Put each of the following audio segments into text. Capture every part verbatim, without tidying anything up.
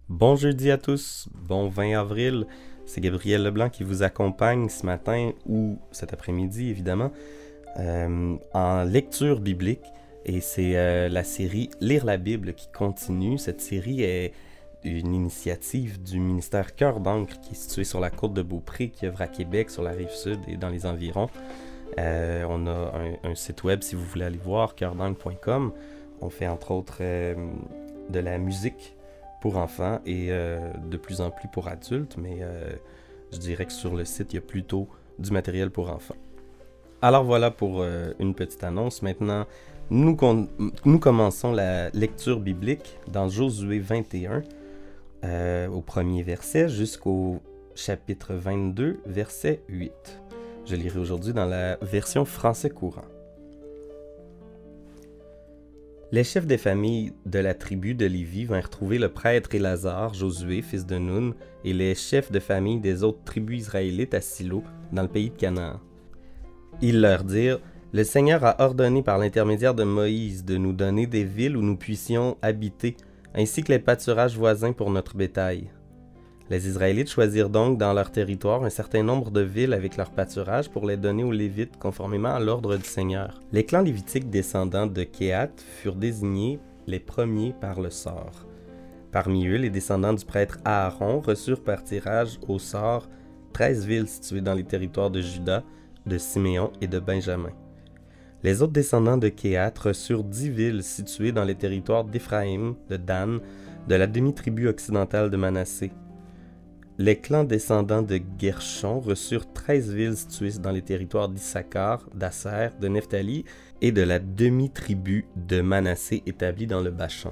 Bon jeudi à tous, bon vingt avril, c'est Gabriel Leblanc qui vous accompagne ce matin ou cet après-midi évidemment euh, en lecture biblique et c'est euh, la série Lire la Bible qui continue. Cette série est une initiative du ministère Cœur d'encre qui est situé sur la côte de Beaupré qui œuvre à Québec sur la rive sud et dans les environs. Euh, on a un, un site web si vous voulez aller voir, cœur d'encre point com. On fait entre autres euh, de la musique pour enfants et euh, de plus en plus pour adultes, mais euh, je dirais que sur le site, il y a plutôt du matériel pour enfants. Alors voilà pour euh, une petite annonce. Maintenant, nous, con- nous commençons la lecture biblique dans Josué vingt et un, euh, au premier verset, jusqu'au chapitre vingt-deux, verset huit. Je lirai aujourd'hui dans la version français courant. Les chefs des familles de la tribu de Lévi vinrent trouver le prêtre Élazar, Josué, fils de Nun, et les chefs de famille des autres tribus israélites à Silo, dans le pays de Canaan. Ils leur dirent, « Le Seigneur a ordonné par l'intermédiaire de Moïse de nous donner des villes où nous puissions habiter, ainsi que les pâturages voisins pour notre bétail. » Les Israélites choisirent donc dans leur territoire un certain nombre de villes avec leurs pâturages pour les donner aux Lévites conformément à l'ordre du Seigneur. Les clans lévitiques descendants de Kehath furent désignés les premiers par le sort. Parmi eux, les descendants du prêtre Aaron reçurent par tirage au sort treize villes situées dans les territoires de Juda, de Siméon et de Benjamin. Les autres descendants de Kehath reçurent dix villes situées dans les territoires d'Éphraïm, de Dan, de la demi-tribu occidentale de Manassé. Les clans descendants de Guershon reçurent treize villes situées dans les territoires d'Issachar, d'Asser, de Nephtali et de la demi-tribu de Manassé établie dans le Bashan.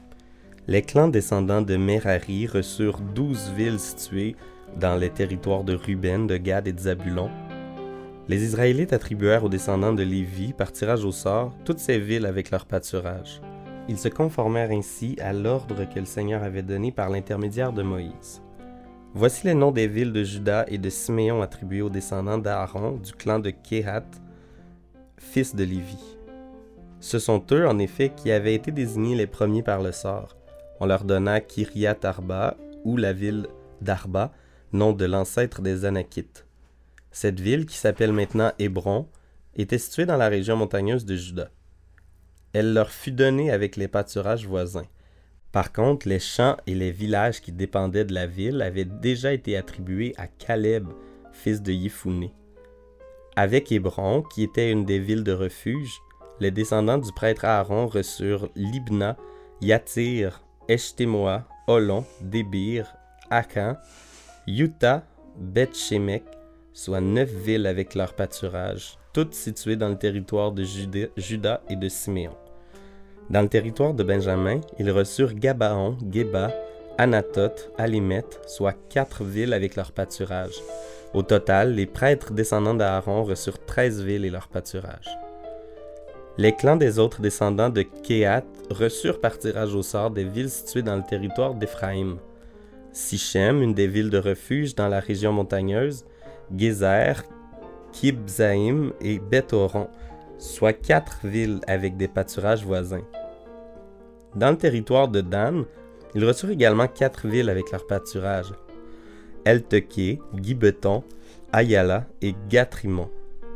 Les clans descendants de Merari reçurent douze villes situées dans les territoires de Ruben, de Gad et de Zabulon. Les Israélites attribuèrent aux descendants de Lévi, par tirage au sort, toutes ces villes avec leur pâturage. Ils se conformèrent ainsi à l'ordre que le Seigneur avait donné par l'intermédiaire de Moïse. Voici les noms des villes de Juda et de Siméon attribuées aux descendants d'Aaron du clan de Kehath, fils de Lévi. Ce sont eux, en effet, qui avaient été désignés les premiers par le sort. On leur donna Kiriath Arba, ou la ville d'Arba, nom de l'ancêtre des Anakites. Cette ville, qui s'appelle maintenant Hébron, était située dans la région montagneuse de Juda. Elle leur fut donnée avec les pâturages voisins. Par contre, les champs et les villages qui dépendaient de la ville avaient déjà été attribués à Caleb, fils de Yéphounné. Avec Hébron, qui était une des villes de refuge, les descendants du prêtre Aaron reçurent Libna, Yatir, Eshtemoa, Olon, Débir, Akan, Yuta, Beth-Shemek, soit neuf villes avec leur pâturage, toutes situées dans le territoire de Juda, Juda et de Siméon. Dans le territoire de Benjamin, ils reçurent Gabaon, Geba, Anatoth, Alimet, soit quatre villes avec leur pâturage. Au total, les prêtres descendants d'Aaron reçurent treize villes et leur pâturage. Les clans des autres descendants de Kehath reçurent par tirage au sort des villes situées dans le territoire d'Éphraïm. Sichem, une des villes de refuge dans la région montagneuse, Gézer, Kibzaïm et Beth-Horon, soit quatre villes avec des pâturages voisins. Dans le territoire de Dan, ils reçurent également quatre villes avec leur pâturage: Elteké, Gibeton, Ayala et Gathrimon.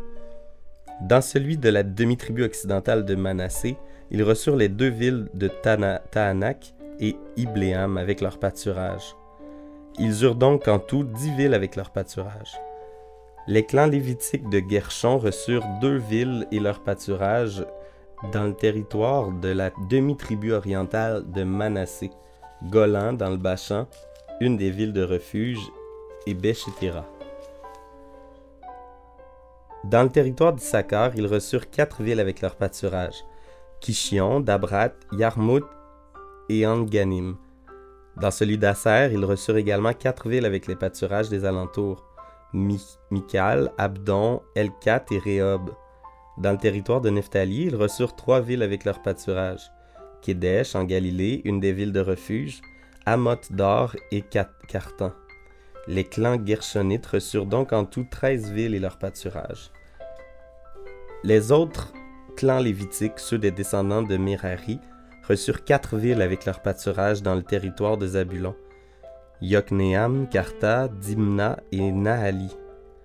Dans celui de la demi-tribu occidentale de Manassé, ils reçurent les deux villes de Tana- Tahanak et Ibléam avec leur pâturage. Ils eurent donc en tout dix villes avec leur pâturage. Les clans lévitiques de Guershon reçurent deux villes et leur pâturage dans le territoire de la demi-tribu orientale de Manassé, Golan dans le Bashan, une des villes de refuge, et Béchétira. Dans le territoire d'Issachar, ils reçurent quatre villes avec leur pâturage: Kishion, Dabrat, Yarmout et Anganim. Dans celui d'Asser, ils reçurent également quatre villes avec les pâturages des alentours: Mi- Mikal, Abdon, Elkat et Rehob. Dans le territoire de Nephtali, ils reçurent trois villes avec leur pâturage: Kédesh en Galilée, une des villes de refuge, Amoth d'Or et Cartan. Les clans Gershonites reçurent donc en tout treize villes et leur pâturage. Les autres clans lévitiques, ceux des descendants de Merari, reçurent quatre villes avec leur pâturage dans le territoire de Zabulon: Yokneam, Karta, Dimna et Nahali.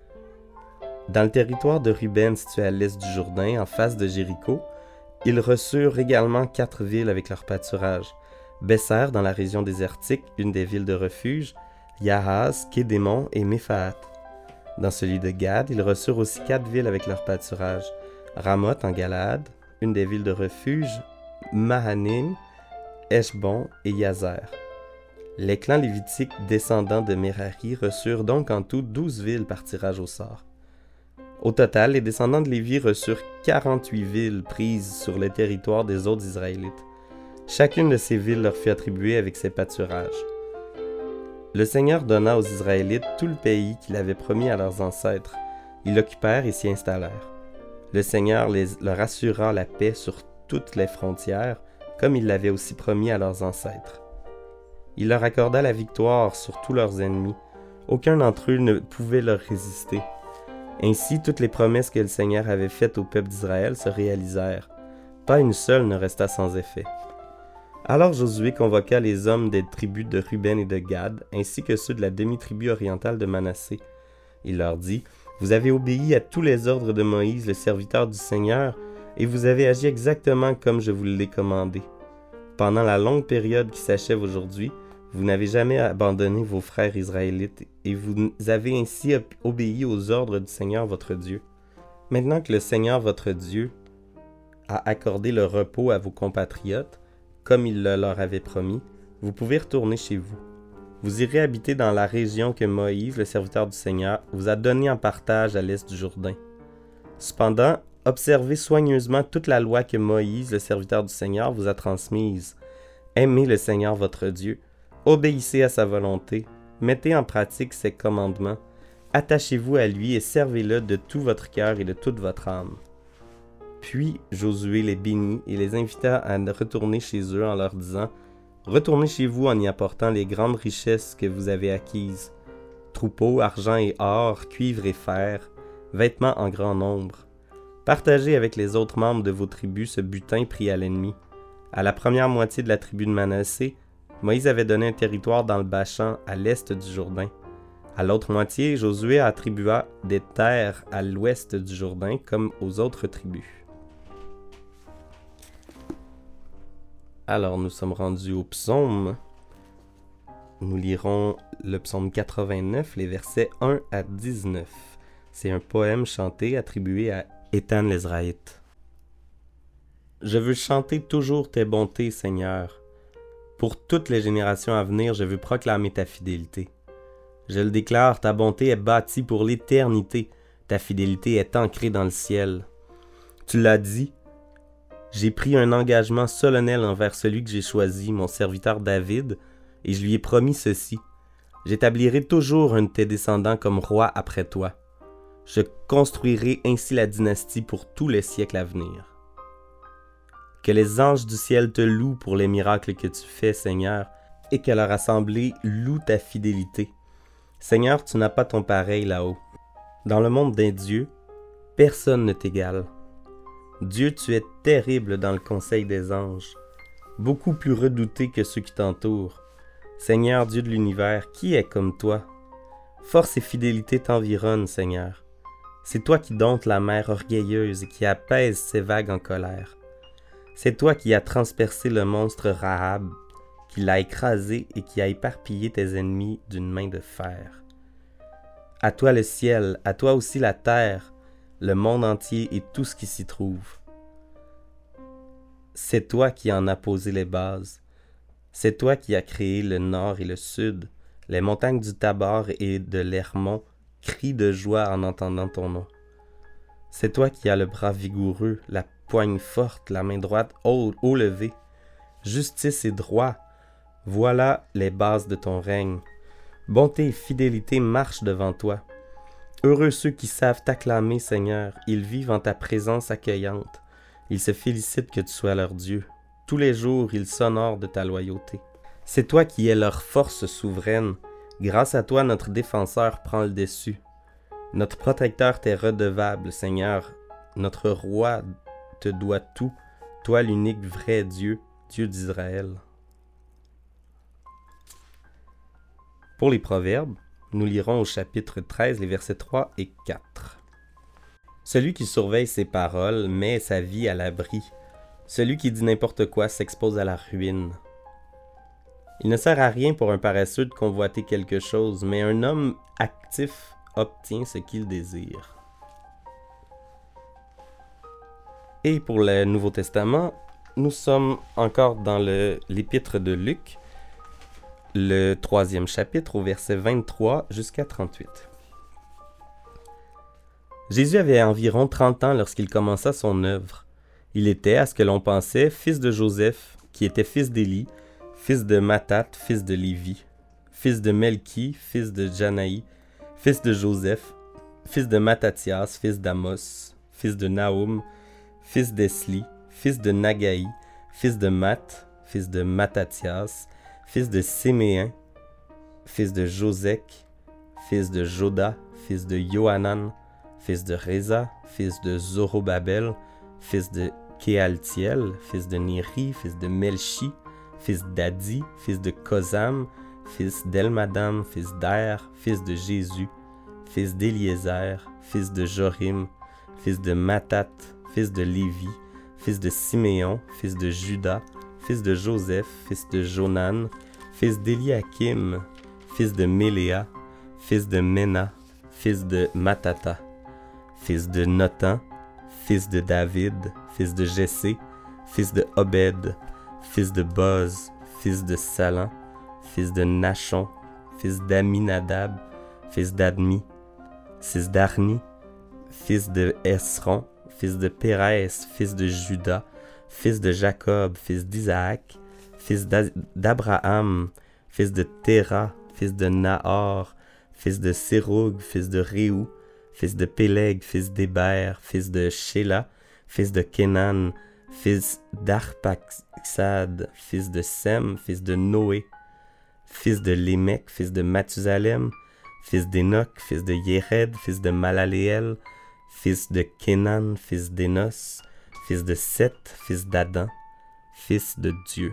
Dans le territoire de Ruben, situé à l'est du Jourdain, en face de Jéricho, ils reçurent également quatre villes avec leur pâturage: Besser dans la région désertique, une des villes de refuge, Yahaz, Kédémon et Méphaat. Dans celui de Gad, ils reçurent aussi quatre villes avec leur pâturage: Ramoth en Galaad, une des villes de refuge, Mahanim, Eshbon et Yazer. Les clans lévitiques descendants de Merari reçurent donc en tout douze villes par tirage au sort. Au total, les descendants de Lévi reçurent quarante-huit villes prises sur le territoire des autres Israélites. Chacune de ces villes leur fut attribuée avec ses pâturages. Le Seigneur donna aux Israélites tout le pays qu'il avait promis à leurs ancêtres. Ils l'occupèrent et s'y installèrent. Le Seigneur les, leur assura la paix sur toutes les frontières, comme il l'avait aussi promis à leurs ancêtres. Il leur accorda la victoire sur tous leurs ennemis. Aucun d'entre eux ne pouvait leur résister. Ainsi, toutes les promesses que le Seigneur avait faites au peuple d'Israël se réalisèrent. Pas une seule ne resta sans effet. Alors Josué convoqua les hommes des tribus de Ruben et de Gad, ainsi que ceux de la demi-tribu orientale de Manassé. Il leur dit: « Vous avez obéi à tous les ordres de Moïse, le serviteur du Seigneur, et vous avez agi exactement comme je vous l'ai commandé. Pendant la longue période qui s'achève aujourd'hui, vous n'avez jamais abandonné vos frères israélites, et vous avez ainsi obéi aux ordres du Seigneur votre Dieu. Maintenant que le Seigneur votre Dieu a accordé le repos à vos compatriotes, comme il le leur avait promis, vous pouvez retourner chez vous. Vous irez habiter dans la région que Moïse, le serviteur du Seigneur, vous a donnée en partage à l'est du Jourdain. Cependant, observez soigneusement toute la loi que Moïse, le serviteur du Seigneur, vous a transmise. Aimez le Seigneur votre Dieu, obéissez à sa volonté, mettez en pratique ses commandements, attachez-vous à lui et servez-le de tout votre cœur et de toute votre âme. » Puis Josué les bénit et les invita à retourner chez eux en leur disant: « Retournez chez vous en y apportant les grandes richesses que vous avez acquises, troupeaux, argent et or, cuivre et fer, vêtements en grand nombre. Partagez avec les autres membres de vos tribus ce butin pris à l'ennemi. À la première moitié de la tribu de Manassé, Moïse avait donné un territoire dans le Bashan à l'est du Jourdain. À l'autre moitié, Josué attribua des terres à l'ouest du Jourdain comme aux autres tribus. » Alors, nous sommes rendus au psaume. Nous lirons le psaume quatre-vingt-neuf, les versets un à dix-neuf. C'est un poème chanté attribué à Étan l'Ezraïte. « Je veux chanter toujours tes bontés, Seigneur. Pour toutes les générations à venir, je veux proclamer ta fidélité. Je le déclare, ta bonté est bâtie pour l'éternité, ta fidélité est ancrée dans le ciel. Tu l'as dit, j'ai pris un engagement solennel envers celui que j'ai choisi, mon serviteur David, et je lui ai promis ceci: j'établirai toujours un de tes descendants comme roi après toi. Je construirai ainsi la dynastie pour tous les siècles à venir. Que les anges du ciel te louent pour les miracles que tu fais, Seigneur, et que leur assemblée loue ta fidélité. Seigneur, tu n'as pas ton pareil là-haut. Dans le monde des dieux, personne ne t'égale. Dieu, tu es terrible dans le conseil des anges, beaucoup plus redouté que ceux qui t'entourent. Seigneur Dieu de l'univers, qui est comme toi? Force et fidélité t'environnent, Seigneur. C'est toi qui domptes la mer orgueilleuse et qui apaise ses vagues en colère. C'est toi qui as transpercé le monstre Rahab, qui l'a écrasé et qui a éparpillé tes ennemis d'une main de fer. À toi le ciel, à toi aussi la terre, le monde entier et tout ce qui s'y trouve. C'est toi qui en as posé les bases. C'est toi qui as créé le nord et le sud. Les montagnes du Tabor et de l'Hermon crient de joie en entendant ton nom. C'est toi qui as le bras vigoureux, la poigne forte, la main droite haut, haut levée. Justice et droit, voilà les bases de ton règne. Bonté et fidélité marchent devant toi. Heureux ceux qui savent t'acclamer, Seigneur, ils vivent en ta présence accueillante. Ils se félicitent que tu sois leur Dieu. Tous les jours, ils s'honorent de ta loyauté. C'est toi qui es leur force souveraine. Grâce à toi, notre défenseur prend le dessus. Notre protecteur t'est redevable, Seigneur. Notre roi te doit tout, toi l'unique vrai Dieu, Dieu d'Israël. Pour les proverbes, nous lirons au chapitre treize, les versets trois et quatre. Celui qui surveille ses paroles met sa vie à l'abri. Celui qui dit n'importe quoi s'expose à la ruine. Il ne sert à rien pour un paresseux de convoiter quelque chose, mais un homme actif obtient ce qu'il désire. Et pour le Nouveau Testament, nous sommes encore dans le, l'épître de Luc, le troisième chapitre, au verset vingt-trois jusqu'à trente-huit. Jésus avait environ trente ans lorsqu'il commença son œuvre. Il était, à ce que l'on pensait, fils de Joseph, qui était fils d'Élie, fils de Mattat, fils de Lévi, fils de Melchi, fils de Janaï, fils de Joseph, fils de Mattathias, fils d'Amos, fils de Nahum, fils d'Esli, fils de Nagaï, fils de Matt, fils de Mattathias, fils de Séméin, fils de Josec, fils de Joda, fils de Johanan, fils de Réza, fils de Zorobabel, fils de Kéaltiel, fils de Néri, fils de Melchi, fils d'Adi, fils de Kosam, fils d'Elmadam, fils d'Er, fils de Jésus, fils d'Éliézer, fils de Jorim, fils de Mattat, fils de Lévi, fils de Siméon, fils de Juda, fils de Joseph, fils de Jonan, fils d'Éliakim, fils de Méléa, fils de Ména, fils de Matata, fils de Notan, fils de David, fils de Jessé, fils de Obed, fils de Boz, fils de Salan, fils de Nachon, fils d'Aminadab, fils d'Admi, fils d'Arni, fils de Esron, fils de Pérès, fils de Juda, fils de Jacob, fils d'Isaac, fils d'Abraham, fils de Téra, fils de Nahor, fils de Séroug, fils de Réou, fils de Péleg, fils d'Héber, fils de Shéla, fils de Kénan, fils d'Arpaxad, fils de Sem, fils de Noé, fils de Lémec, fils de Mathusalem, fils d'Énoch, fils de Yéred, fils de Malaléel, fils de Kénan, fils d'Énos, fils de Seth, fils d'Adam, fils de Dieu.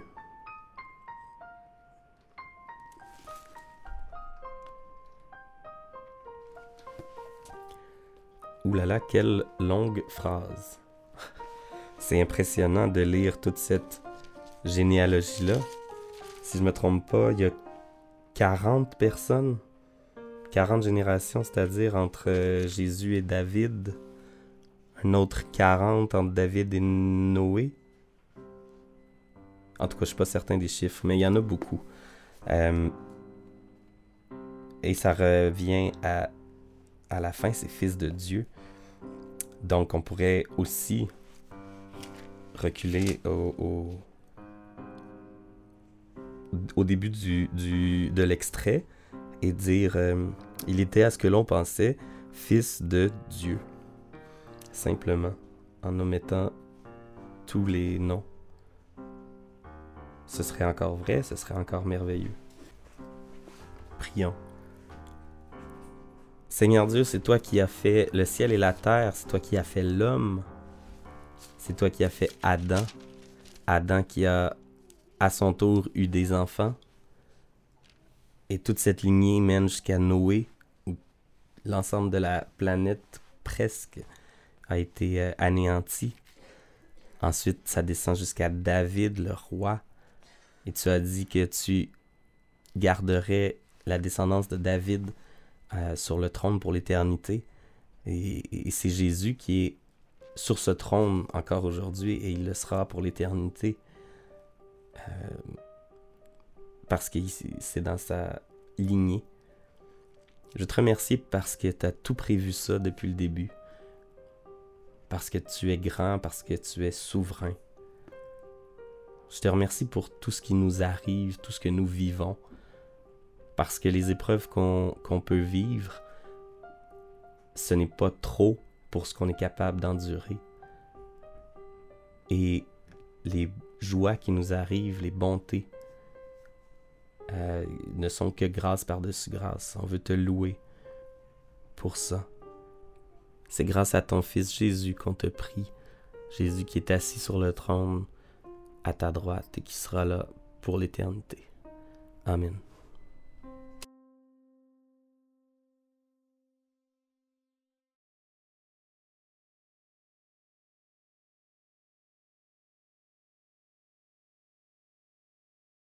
Ouh là là, quelle longue phrase. C'est impressionnant de lire toute cette généalogie-là. Si je ne me trompe pas, il y a quarante personnes, quarante générations, c'est-à-dire entre Jésus et David, un autre quarante entre David et Noé. En tout cas, je ne suis pas certain des chiffres, mais il y en a beaucoup. Euh, et ça revient à, à la fin, c'est fils de Dieu. Donc, on pourrait aussi reculer au, au, au début du, du, de l'extrait et dire euh, « Il était à ce que l'on pensait, fils de Dieu ». Simplement, en omettant tous les noms. Ce serait encore vrai, ce serait encore merveilleux. Prions. Seigneur Dieu, c'est toi qui as fait le ciel et la terre, c'est toi qui as fait l'homme, c'est toi qui as fait Adam, Adam qui a à son tour eu des enfants, et toute cette lignée mène jusqu'à Noé, où l'ensemble de la planète presque a été euh, anéanti. Ensuite, ça descend jusqu'à David, le roi, et tu as dit que tu garderais la descendance de David Euh, sur le trône pour l'éternité. Et, et c'est Jésus qui est sur ce trône encore aujourd'hui et il le sera pour l'éternité. Euh, parce que c'est dans sa lignée. Je te remercie parce que tu as tout prévu ça depuis le début. Parce que tu es grand, parce que tu es souverain. Je te remercie pour tout ce qui nous arrive, tout ce que nous vivons. Parce que les épreuves qu'on, qu'on peut vivre, ce n'est pas trop pour ce qu'on est capable d'endurer. Et les joies qui nous arrivent, les bontés, euh, ne sont que grâce par-dessus grâce. On veut te louer pour ça. C'est grâce à ton Fils Jésus qu'on te prie. Jésus qui est assis sur le trône, à ta droite et qui sera là pour l'éternité. Amen.